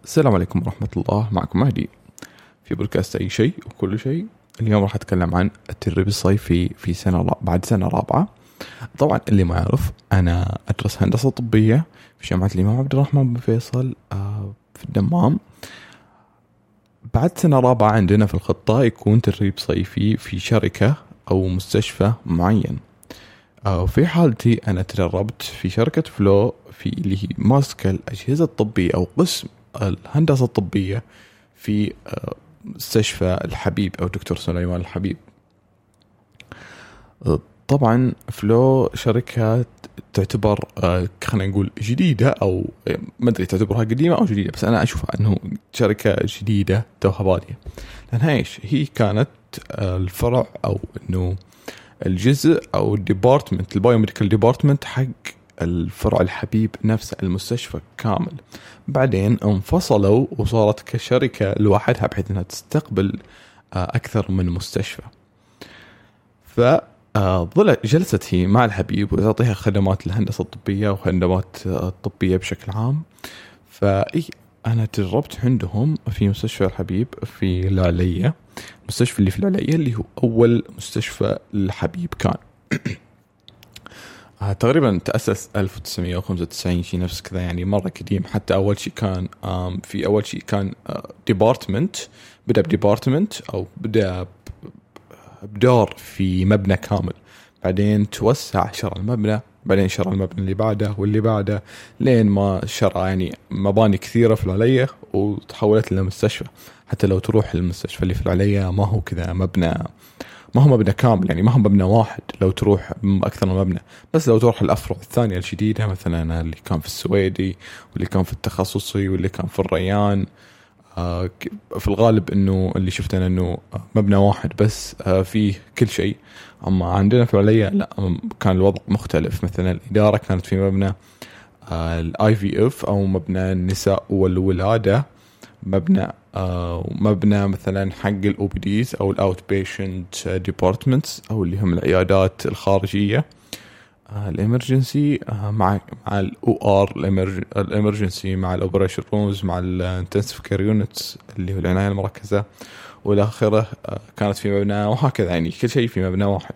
السلام عليكم ورحمة الله. معكم مهدي في بودكاست أي شيء وكل شيء. اليوم راح أتكلم عن التدريب الصيفي في بعد سنة رابعة. طبعا اللي ما يعرف، أنا أدرس هندسة طبية في جامعة الإمام عبد الرحمن بن فيصل في الدمام. بعد سنة رابعة عندنا في الخطة يكون تدريب صيفي في شركة أو مستشفى معين. في حالتي أنا تدربت في شركة فلو في اللي هي ماسكة الأجهزة الطبية أو قسم الهندسة الطبية في مستشفى الحبيب أو دكتور سليمان الحبيب. طبعا فلو شركة تعتبر خلينا نقول جديدة، أو ما أدري تعتبرها قديمة أو جديدة، بس أنا أشوفها أنه شركة جديدة توها بادية، لأنها هي كانت الفرع أو أنه الجزء أو الديبارتمنت البايوميديكال ديبارتمنت حق الفرع الحبيب نفسه، المستشفى كامل. بعدين انفصلوا وصارت كشركة لوحدها بحيث أنها تستقبل أكثر من مستشفى. جلست هي مع الحبيب وتعطيها خدمات الهندسة الطبية وخدمات الطبية بشكل عام. أنا تدربت عندهم في مستشفى الحبيب في العلية، المستشفى اللي في العلية اللي هو أول مستشفى الحبيب كان. تقريبا تأسس 1995 شيء نفس كذا، يعني مرة قديم. حتى أول شيء كان أول شيء كان ديبارتمنت، بدأ بديبارتمنت أو بدأ بدور في مبنى كامل، بعدين توسع شرى المبنى، بعدين شرى المبنى اللي بعده واللي بعده، لين ما شرى يعني مباني كثيرة في العلية وتحولت لمستشفى. حتى لو تروح المستشفى اللي في العلية ما هو كذا مبنى، ما هو مبنى كامل، يعني ما هو مبنى واحد، لو تروح أكثر من مبنى. بس لو تروح الأفرع الثانية الجديدة، مثلا اللي كان في السويدي واللي كان في التخصصي واللي كان في الريان، في الغالب إنه اللي شفته إنه مبنى واحد بس فيه كل شيء. أما عندنا في العليا لا، كان الوضع مختلف. مثلا الإدارة كانت في مبنى IVF أو مبنى النساء والولادة، مبنى مثلا حق الأوبيديز أو الأوت بيشنت ديبارتمنتس أو اللي هم العيادات الخارجية، الإمرجنسي مع الOR الإمرجنسي، مع الأوبريشن رومز، مع الانتنسيف كير يونتس اللي هو العناية المركزة والآخرة كانت في مبنى، وهكذا يعني كل شيء في مبنى واحد.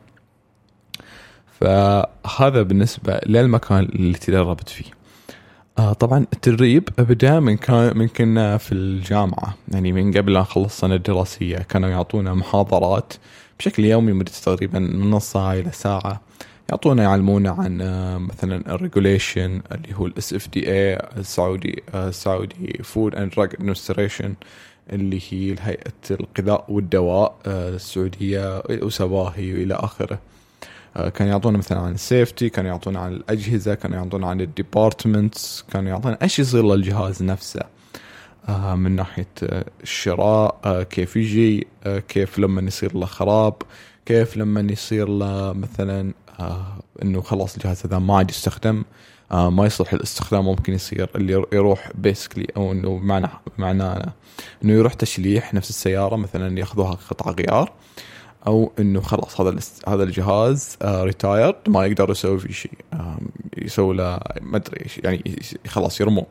فهذا بالنسبة للمكان اللي تدربت فيه. طبعا التدريب بدأ من كنا في الجامعة، يعني من قبل لا نخلص السنة الدراسية كانوا يعطونا محاضرات بشكل يومي مدة تقريبا من نص ساعة إلى ساعة. يعلمونا عن مثلا الريجوليشن اللي هو SFDA السعودي فود اند دراج ادمنستريشن، اللي هي هيئة الغذاء والدواء السعودية وسواهي وإلى آخره. كان يعطونا مثلا عن السيفتي، كانوا يعطونا عن الأجهزة، كانوا يعطونا عن الديبارتمنتس، كانوا يعطونا ايش يصير للجهاز نفسه من ناحية الشراء، كيف يجي، كيف لما يصير له خراب، كيف لما يصير له مثلا انه خلاص الجهاز هذا ما عاد يستخدم، ما يصلح الاستخدام، ممكن يصير اللي يروح بيسكلي او انه معناه انه يروح تشليح نفس السيارة، مثلا ياخذوها قطع غيار، او انه خلاص هذا الجهاز ريتايرد ما يقدر يسوي فيه شيء، يسوي له ما ادري ايش، يعني خلاص يرموه.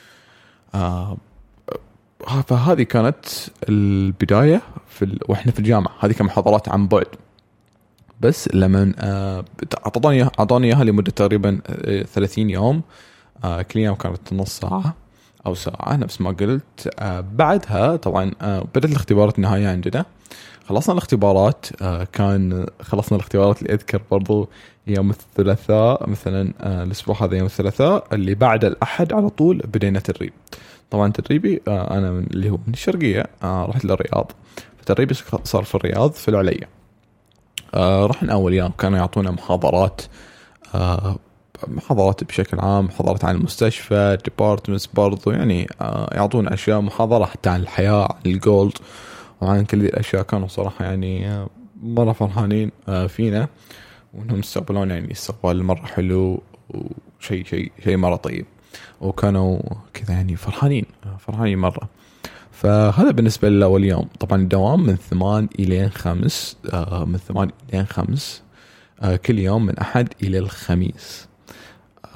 فهذه كانت البداية واحنا في الجامعة. هذه كانت محاضرات عن بعد، بس لما أعطاني إياها لمدة تقريبا 30 يوم، كل يوم كانت نص ساعة أو ساعة نفس ما قلت. بعدها طبعا بدأت الاختبارات النهائية عندنا. خلصنا الاختبارات اللي أذكر برضو يوم الثلاثاء مثلا، الأسبوع هذا يوم الثلاثاء اللي بعد الأحد على طول بدينا تدريب. طبعا تدريبي أنا اللي هو من الشرقية، رحت للرياض، فتدريبي صار في الرياض في العلية. رحنا أول يوم كانوا يعطونا محاضرات بشكل عام، محاضرات عن المستشفى، ديبارتمنتس برضو، يعني يعطونا أشياء، محاضرة حتى عن الحياة، عن الجولد وعن كل الأشياء. كانوا صراحة يعني مرة فرحانين فينا، وإنهم استقبلونا يعني استقبال مرة حلو وشيء مرة طيب، وكانوا كذا يعني فرحانين مرة. فهذا بالنسبة لأول يوم. طبعا الدوام من 8 إلى 5، كل يوم من أحد إلى الخميس.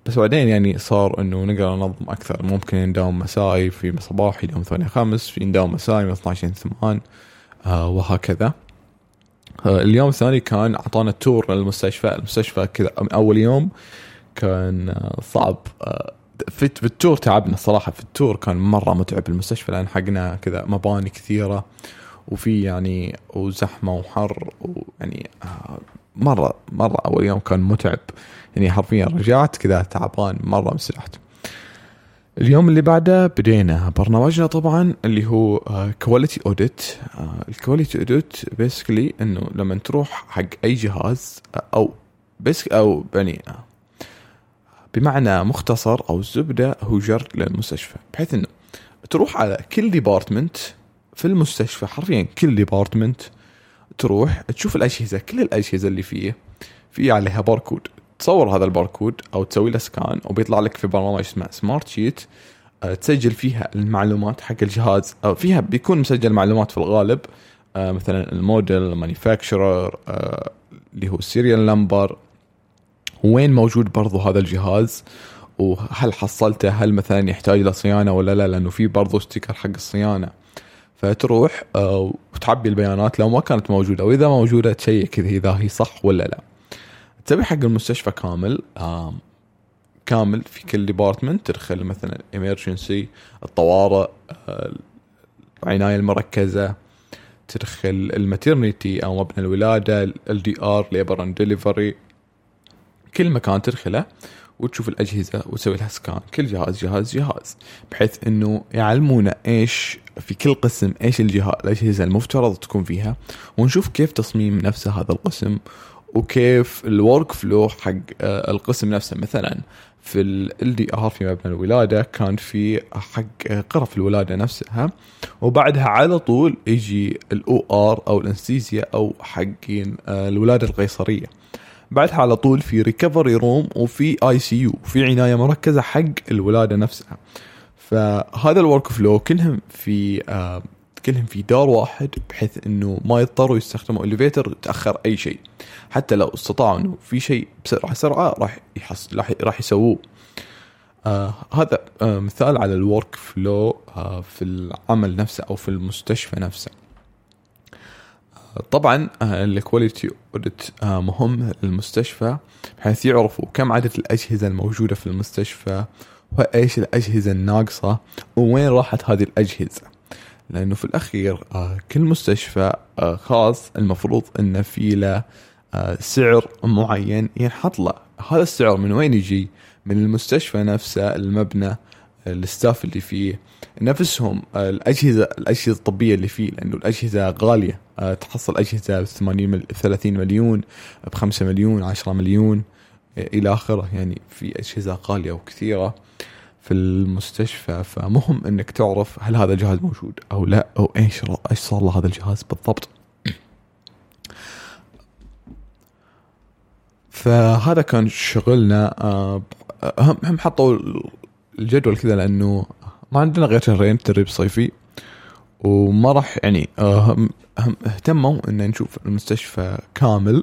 بس بعدين يعني صار انه نقدر ننظم اكثر، ممكن نداوم مسائي في صباحي يوم 8/5، في نداوم مسائي من 12/8 وهكذا. اليوم الثاني كان اعطانا تور للمستشفى كذا. من اول يوم كان صعب، في التور تعبنا صراحة. في التور كان مرة متعب المستشفى، لأن حقنا كذا مباني كثيرة وفي يعني وزحمة وحر، ويعني مرة أول يوم كان متعب يعني، حرفيا رجعت كذا تعبان مرة مسرحت. اليوم اللي بعده بدينا برنامجنا طبعا اللي هو كواليتي اوديت. الكواليتي اوديت بيسكلي انه لما تروح حق اي جهاز او يعني بمعنى مختصر او الزبدة هو جر للمستشفى، بحيث انه تروح على كل ديبارتمنت في المستشفى، حرفيا كل ديبارتمنت تروح تشوف الأجهزة، كل الأجهزة اللي فيه عليها باركود، تصور هذا الباركود أو تسوي له سكان، وبيطلع لك في برنامج اسمه سمارت شيت تسجل فيها المعلومات حق الجهاز، أو فيها بيكون مسجل معلومات في الغالب مثلا الموديل، المانيفاكتشرر، اللي هو السيريال نمبر، وين موجود برضو هذا الجهاز، وهل حصلته، هل مثلا يحتاج لصيانة ولا لا، لأنه في برضو ستيكر حق الصيانة. فتروح وتعبي البيانات لو ما كانت موجودة، وإذا موجودة تشيك إذا هي صح ولا لا. تبي حق المستشفى كامل في كل ديبارتمنت، تدخل مثلا emergency الطوارئ، العناية المركزة، تدخل الماتيرنيتي أو مبنى الولادة، LDR labor and delivery، كل مكان تدخله وتشوف الأجهزة وتسوي لها سكان، كل جهاز، بحيث إنه يعلمونا إيش في كل قسم، إيش الأجهزة المفترض تكون فيها، ونشوف كيف تصميم نفسه هذا القسم، وكيف الورك فلو حق القسم نفسه. مثلا في LDR في مبنى الولادة كان في حق غرف الولادة نفسها، وبعدها على طول يجي OR أو الانستيزيا أو حقين الولادة القيصرية، بعدها على طول في ريكفري روم، وفي ICU، وفي عناية مركزة حق الولادة نفسها. فهذا الورك فلو كلهم في دار واحد، بحيث انه ما يضطروا يستخدموا إليفيتر تأخر اي شيء، حتى لو استطاعوا انه في شيء بسرعة راح يسووه. هذا مثال على الورك فلو في العمل نفسه او في المستشفى نفسه. طبعا الكواليتي اوديت مهم للمستشفى، بحيث يعرفوا كم عدد الأجهزة الموجودة في المستشفى، وإيش الأجهزة الناقصة، وين راحت هذه الأجهزة. لأنه في الأخير كل مستشفى خاص المفروض أنه في له سعر معين ينحط له. هذا السعر من وين يجي؟ من المستشفى نفسه، المبنى، الستاف اللي فيه نفسهم، الأجهزة الطبية اللي فيه، لأنه الأجهزة غالية. تحصل أجهزة 30 مليون، ب5 مليون، 10 مليون إلى آخره، يعني في أجهزة غالية وكثيرة في المستشفى. فمهم أنك تعرف هل هذا الجهاز موجود أو لا، أو إيش صار له هذا الجهاز بالضبط. فهذا كان شغلنا. هم حطوا الجدول كذا، لأنه ما عندنا غير شهرين تدريب صيفي، وما راح يعني هم اهتموا ان نشوف المستشفى كامل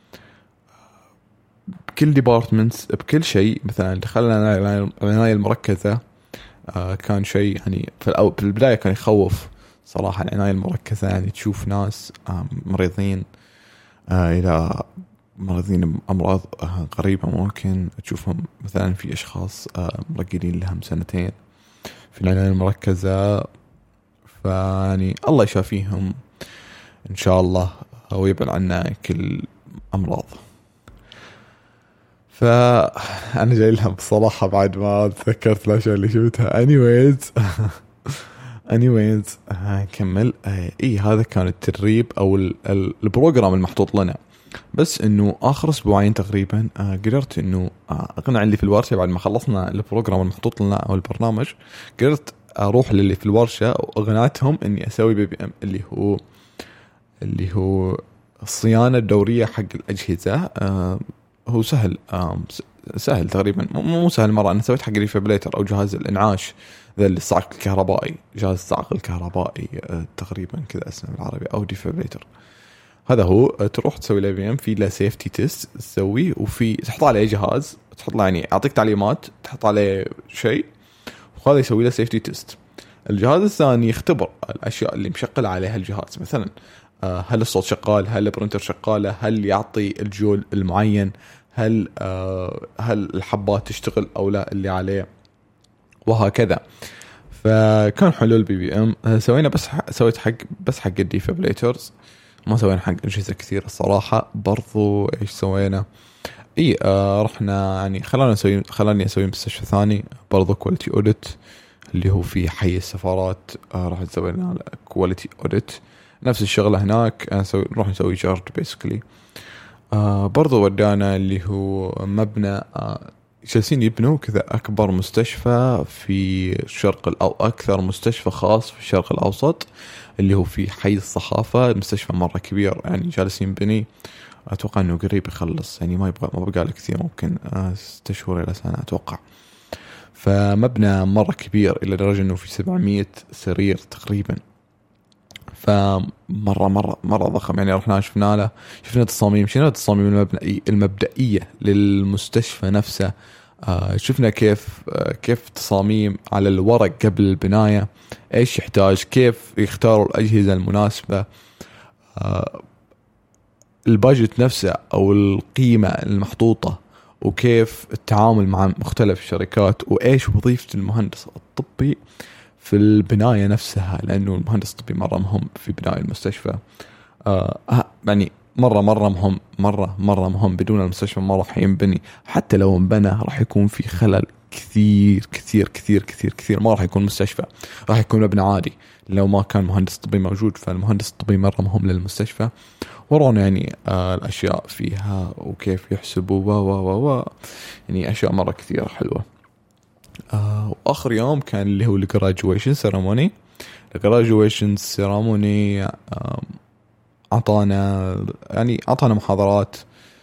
بكل ديبارتمنتس بكل شيء. مثلا دخلنا العناية المركزة، كان شيء يعني في البداية كان يخوف صراحة. العناية المركزة يعني تشوف ناس مريضين إلى مرضين أمراض غريبة، ممكن تشوفهم مثلا في أشخاص مرقدين لهم 2 سنين في العناية المركزة. فيعني الله يشافيهم إن شاء الله ويبعد عنا كل أمراض. فأنا جاي لهم بصراحة بعد ما تذكرت الأشياء اللي شفتها. anyways نكمل. هذا كان التدريب أو البروجرام المحطوط لنا. بس إنه آخر أسبوعين تقريبا قدرت إنه أقنع اللي في الورشة، بعد ما خلصنا البروجرام المحطوط لنا أو البرنامج، قدرت أروح للي في الورشة وأقنعتهم إني أسوي BPM اللي هو الصيانة الدورية حق الأجهزة. هو سهل تقريبا، مو سهل مرة. أنا سويت حق الريفابليتر أو جهاز الإنعاش، ذا الصعق الكهربائي، جهاز الصعق الكهربائي تقريبا كذا اسمه بالعربي، أو ديفابليتر. هذا هو. تروح تسوي له BPM، في له سيفتي تيست تسوي، وفي تحط عليه جهاز تحط له يعني اعطيك تعليمات تحط عليه شيء وهذا يسوي له سيفتي تيست. الجهاز الثاني يختبر الاشياء اللي مشغل عليها الجهاز، مثلا هل الصوت شغال، هل البرنتر شغاله، هل يعطي الجول المعين، هل الحبات تشتغل او لا اللي عليه، وهكذا. فكان حلو البي بي ام. سوينا سويت حق الديفابريتورز، ما سوينا حق اجهزه كثير الصراحه. برضو ايش سوينا؟ رحنا يعني خلاني اسوي مستشفى ثاني برضو كواليتي اوديت اللي هو في حي السفارات. راح سوينا كواليتي اوديت نفس الشغله هناك. نروح نسوي جارد بيسكلي. برضو ودانا اللي هو مبنى جالسين يبنوا كذا أكبر مستشفى في الشرق أو أكثر مستشفى خاص في الشرق الأوسط اللي هو في حي الصحافة. مستشفى مرة كبير يعني جالسين بني. أتوقع أنه قريب يخلص، يعني ما بقى له كثير، ممكن 6 شهور إلى سنة أتوقع. فمبنى مرة كبير إلى درجة أنه في 700 سرير تقريبا. فمرة مرة مرة ضخم يعني. رحنا شفنا تصاميم المبدئية للمستشفى نفسه. شفنا كيف تصاميم على الورق قبل البناية، ايش يحتاج، كيف يختاروا الأجهزة المناسبة، الباجت نفسه أو القيمة المحطوطة، وكيف التعامل مع مختلف الشركات، وإيش وظيفة المهندس الطبي في البناية نفسها، لأنه المهندس الطبي مرة مهم في بناء المستشفى. يعني مرة مهم. بدون المستشفى ما راح ينبني، حتى لو انبنى راح يكون في خلل كثير كثير كثير كثير كثير. ما راح يكون مستشفى، راح يكون مبنى عادي لو ما كان مهندس طبي موجود. فالمهندس الطبي مرة مهم للمستشفى. ورانا يعني الأشياء فيها وكيف يحسبوا يعني أشياء مرة كثير حلوة. وآخر يوم كان اللي هو الجراجويشن سيراموني. الجراجويشن سيراموني أعطانا محاضرات،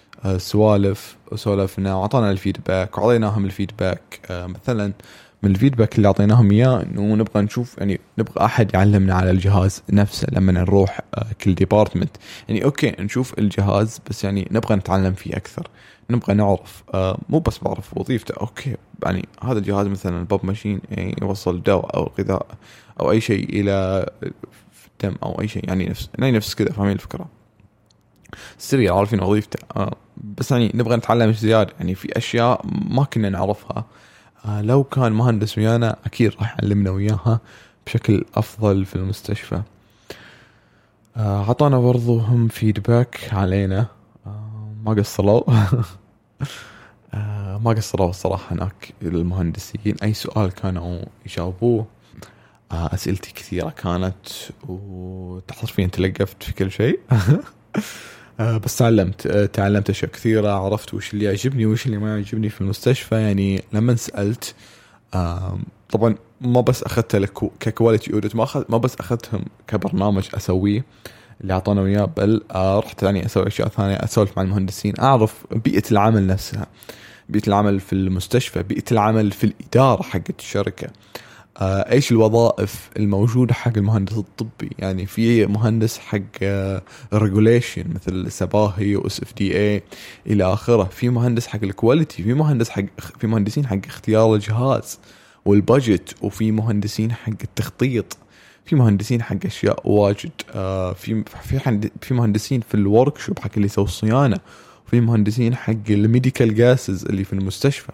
سوالفنا وعطانا الفيدباك وعطيناهم الفيدباك. مثلا من الفيدباك اللي أعطيناهم إياه إنه نبغى نشوف، يعني نبغى أحد يعلمنا على الجهاز نفسه لما نروح كل ديبارتمنت. يعني أوكي نشوف الجهاز بس يعني نبغى نتعلم فيه أكثر، نبغى نعرف مو بس بعرف وظيفته. أوكي يعني هذا الجهاز مثلا الباب ماشين يعني يوصل دواء أو غذاء أو أي شيء إلى الدم أو أي شيء، يعني نفس كذا، فاهمين الفكرة؟ سريع عارفين وظيفته. بس يعني نبغى نتعلم زيادة، يعني في أشياء ما كنا نعرفها. لو كان مهندس ويانا أكيد راح يعلمنا وياها بشكل أفضل في المستشفى. عطانا برضو هم فيدباك علينا. ما قصروا ما قصروا الصراحة هناك المهندسين. أي سؤال كانوا يجاوبوه. أسئلتي كثيرة كانت وتحرفيا تلقفت في كل شيء. بس تعلمت أشياء كثيرة. عرفت وش اللي يعجبني وش اللي ما يعجبني في المستشفى. يعني لما سألت طبعا ما بس أخذتها ككواليتي أوديت، ما بس أخذتهم كبرنامج أسويه اللي أعطانا إياه، بل رحت يعني أسوي أشياء ثانية، أسولف مع المهندسين، أعرف بيئة العمل نفسها، بيئة العمل في المستشفى، بيئة العمل في الإدارة حقت الشركة. ايش الوظائف الموجودة حق المهندس الطبي. يعني في مهندس حق ريجوليشن مثل سباهي واس اف دي اي الى اخره، في مهندس حق الكواليتي، في مهندسين حق اختيار الجهاز والبادجت، وفي مهندسين حق التخطيط، في مهندسين حق اشياء واجد. في مهندسين في الوركشوب حق اللي يسوي الصيانة، وفي مهندسين حق الميديكال جاسز اللي في المستشفى.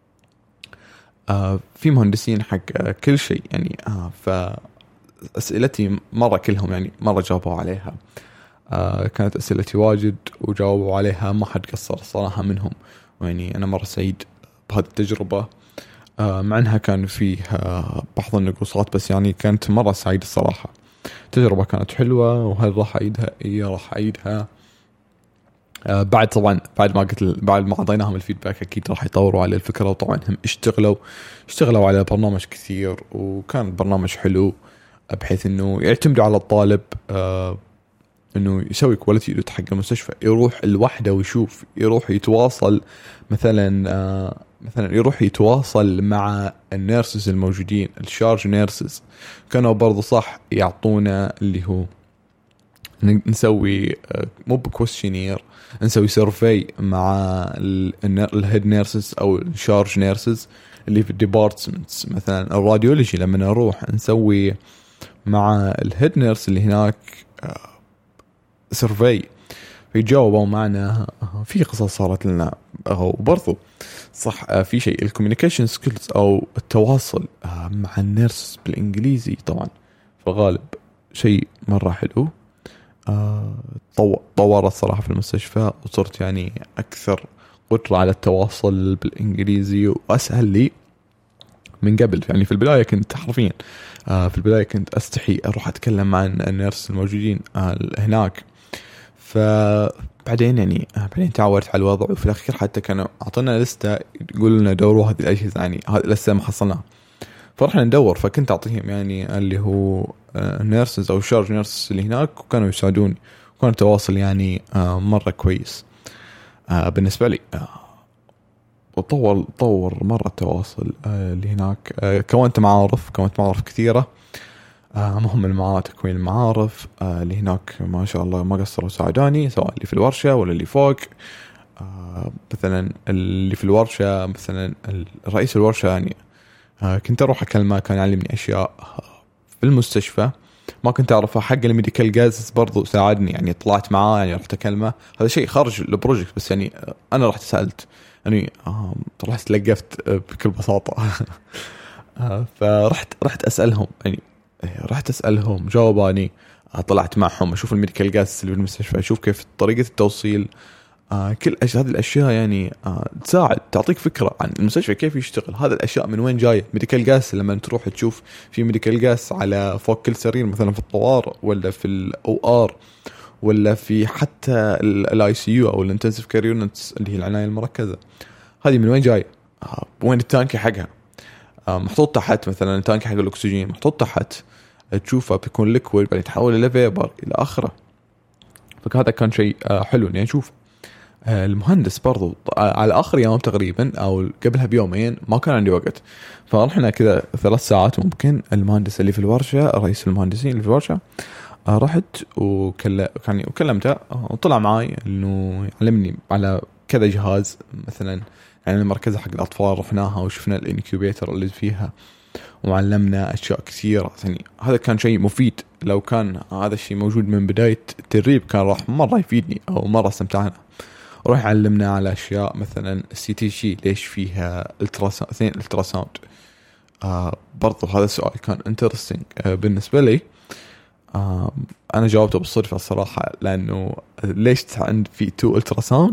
في مهندسين حق كل شيء يعني. فأسئلتي مرة كلهم يعني مرة جاوبوا عليها. كانت أسئلتي واجد وجاوبوا عليها، ما حد قصر الصراحة منهم. يعني أنا مرة سعيد بهذه التجربة. مع أنها كان فيها بعض النقصات، بس يعني كانت مرة سعيد الصراحة. التجربة كانت حلوة، وهل راح أعيدها؟ راح أعيدها. بعد ما أعطيناهم الفيدباك أكيد راح يطوروا على الفكرة. وطبعا هم اشتغلوا على برنامج كثير، وكان البرنامج حلو بحيث إنه يعتمدوا على الطالب إنه يسوي كواليتي أوديت حق المستشفى، يروح الوحدة ويشوف، يروح يتواصل مثلا يروح يتواصل مع النيرسز الموجودين، الشارج نيرسز كانوا برضو صح يعطونا اللي هو نسوي مو بكويشنير، نسوي سيرفي مع الهيد نيرسز او الشارج نيرسز اللي في الديبارتمنتس. مثلا الراديولوجي لما نروح نسوي مع الهيد نيرس اللي هناك سيرفي، فيجاوبوا معنا في قصص صارت لنا. وبرضو صح في شيء الكوميونيكيشن سكيلز او التواصل مع النيرس بالانجليزي طبعا في الغالب شيء مرة حلو. طورت صراحة في المستشفى، وصرت يعني أكثر قدرة على التواصل بالإنجليزي وأسهل لي من قبل. يعني في البداية كنت حرفيا في البداية كنت أستحي أروح أتكلم مع النيرس الموجودين هناك. فبعدين يعني بعدين تعودت على الوضع، وفي الأخير حتى كانوا أعطونا لستة يقولوا لنا دوروا هذه الأجهزة، يعني هذه لسه ما حصلناها، فرحنا ندور. فكنت أعطيهم يعني اللي هو نيرسز أو شارج نيرسز اللي هناك، وكانوا يساعدوني، وكان التواصل يعني مرة كويس بالنسبة لي. وطور مرة التواصل اللي هناك. كونت معارف كثيرة، مهم المعارف، تكوين المعارف اللي هناك ما شاء الله ما قصروا ساعدوني، سواء اللي في الورشة ولا اللي فوق. مثلا اللي في الورشة، مثلا رئيس الورشة يعني كنت أروح أكلمه، كان يعلمني أشياء في المستشفى ما كنت أعرفها. حق الميديكال جازز برضو ساعدني، يعني طلعت معاه، يعني رحت أكلمه. هذا شيء خارج البروجكت، بس يعني أنا رحت سألت، يعني رحت تلقفت بكل بساطة. فرحت أسألهم، يعني رحت أسألهم جاوباني. طلعت معهم أشوف الميديكال جازز اللي في المستشفى، أشوف كيف طريقة التوصيل. كل هذه الأشياء يعني تساعد، تعطيك فكرة عن المستشفى كيف يشتغل. هذا الأشياء من وين جاية؟ ميديكال جاس لما تروح تشوف في ميديكال جاس على فوق كل سرير، مثلا في الطوارئ ولا في الأو آر ولا في حتى الاي سي يو أو الانتنسيف كير يونتس اللي هي العناية المركزة. هذه من وين جاية؟ وين التانكي حقها؟ محطوط تحت، مثلا التانكي حق الأكسجين محطوط تحت، تشوفه بيكون ليكويد بعدين يتحول إلى فيبر إلى آخره. فهذا كان شيء حلو إني أشوف. المهندس برضو على آخر يوم تقريبا أو قبلها بيومين ما كان عندي وقت، فرحنا كذا 3 ساعات ممكن. المهندس اللي في الورشة، رئيس المهندسين اللي في الورشة، رحت وكلمته، وطلع معاي إنه يعلمني على كذا جهاز. مثلا يعني المركزة حق الأطفال رحناها وشفنا الانكيوبيتر اللي فيها، وعلمنا أشياء كثيرة. يعني هذا كان شيء مفيد، لو كان هذا الشيء موجود من بداية التدريب كان راح مرة يفيدني أو مرة استمتعنا. روح علمنا على أشياء مثلا السي تي شي ليش فيها الترا ساوند. برضو هذا السؤال كان انترستينج بالنسبة لي. أنا جاوبته بالصدفة الصراحة، لأنه ليش عند في 2 الترا ساوند؟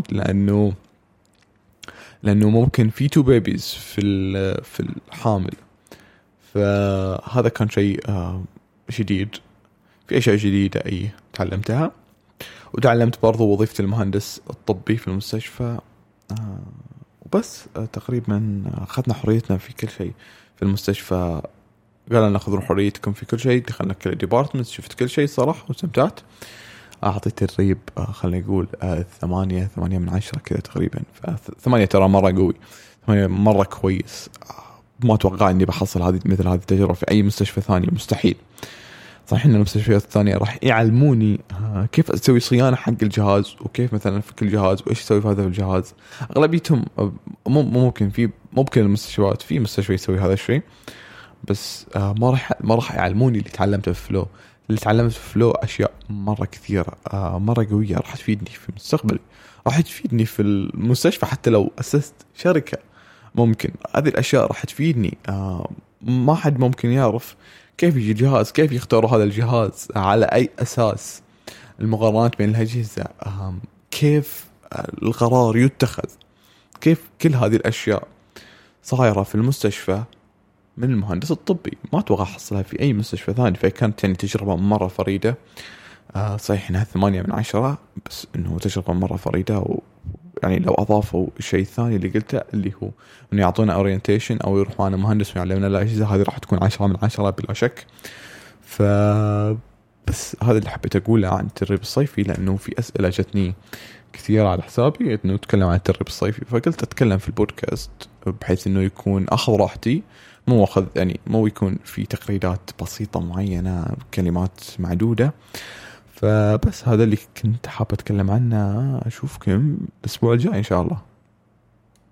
لأنه ممكن في 2 بيبيز في الحامل. فهذا كان شيء جديد. في أشياء جديدة تعلمتها، وتعلمت برضو وظيفة المهندس الطبي في المستشفى. وبس تقريبا أخذنا حريتنا في كل شيء في المستشفى. قال لنا خذوا حريتكم في كل شيء، دخلنا كل ديبارتمنت، شفت كل شيء صراحة واستمتعت. أعطيت التدريب خلينا نقول 8 من 10 كذا تقريبا. 8 ترى مرة قوي، 8 مرة كويس. ما أتوقع إني بحصل مثل هذه التجربة في أي مستشفى ثاني، مستحيل. صحيح إن المستشفيات الثانية راح يعلموني كيف أسوي صيانة حق الجهاز، وكيف مثلا في كل جهاز وإيش أسوي في هذا الجهاز. أغلبيتهم ممكن المستشفيات، في مستشفى يسوي هذا الشيء، بس ما راح يعلموني اللي تعلمته في فلو. اللي تعلمته في فلو أشياء مرة كثيرة مرة قوية، راح تفيدني في مستقبلي، راح تفيدني في المستشفى. حتى لو أسست شركة ممكن هذه الأشياء راح تفيدني. ما حد ممكن يعرف كيف يجي الجهاز، كيف يختاروا هذا الجهاز، على أي أساس، المقارنات بين الأجهزة، كيف القرار يتخذ، كيف كل هذه الأشياء صايرة في المستشفى من المهندس الطبي. ما أتوقع أحصلها في أي مستشفى ثاني. فكانت يعني تجربة مرة فريدة. صحيح إنها 8 من 10، بس إنه تجربة مرة فريدة. يعني لو أضافوا الشيء الثاني اللي قلته اللي هو إنه يعطونا أورينتيشن أو يروح معنا مهندس ويعلمنا الأجهزة، هذه راح تكون 10 من 10 بلا شك. بس هذا اللي حبيت أقوله عن التدريب الصيفي، لأنه في أسئلة جتني كثيرة على حسابي إنه نتكلم عن التدريب الصيفي، فقلت أتكلم في البودكاست بحيث إنه يكون أخذ راحتي، مو يكون في تقريرات بسيطة معينة، كلمات معدودة. فبس هذا اللي كنت حاب أتكلم عنه. أشوفكم الأسبوع الجاي إن شاء الله.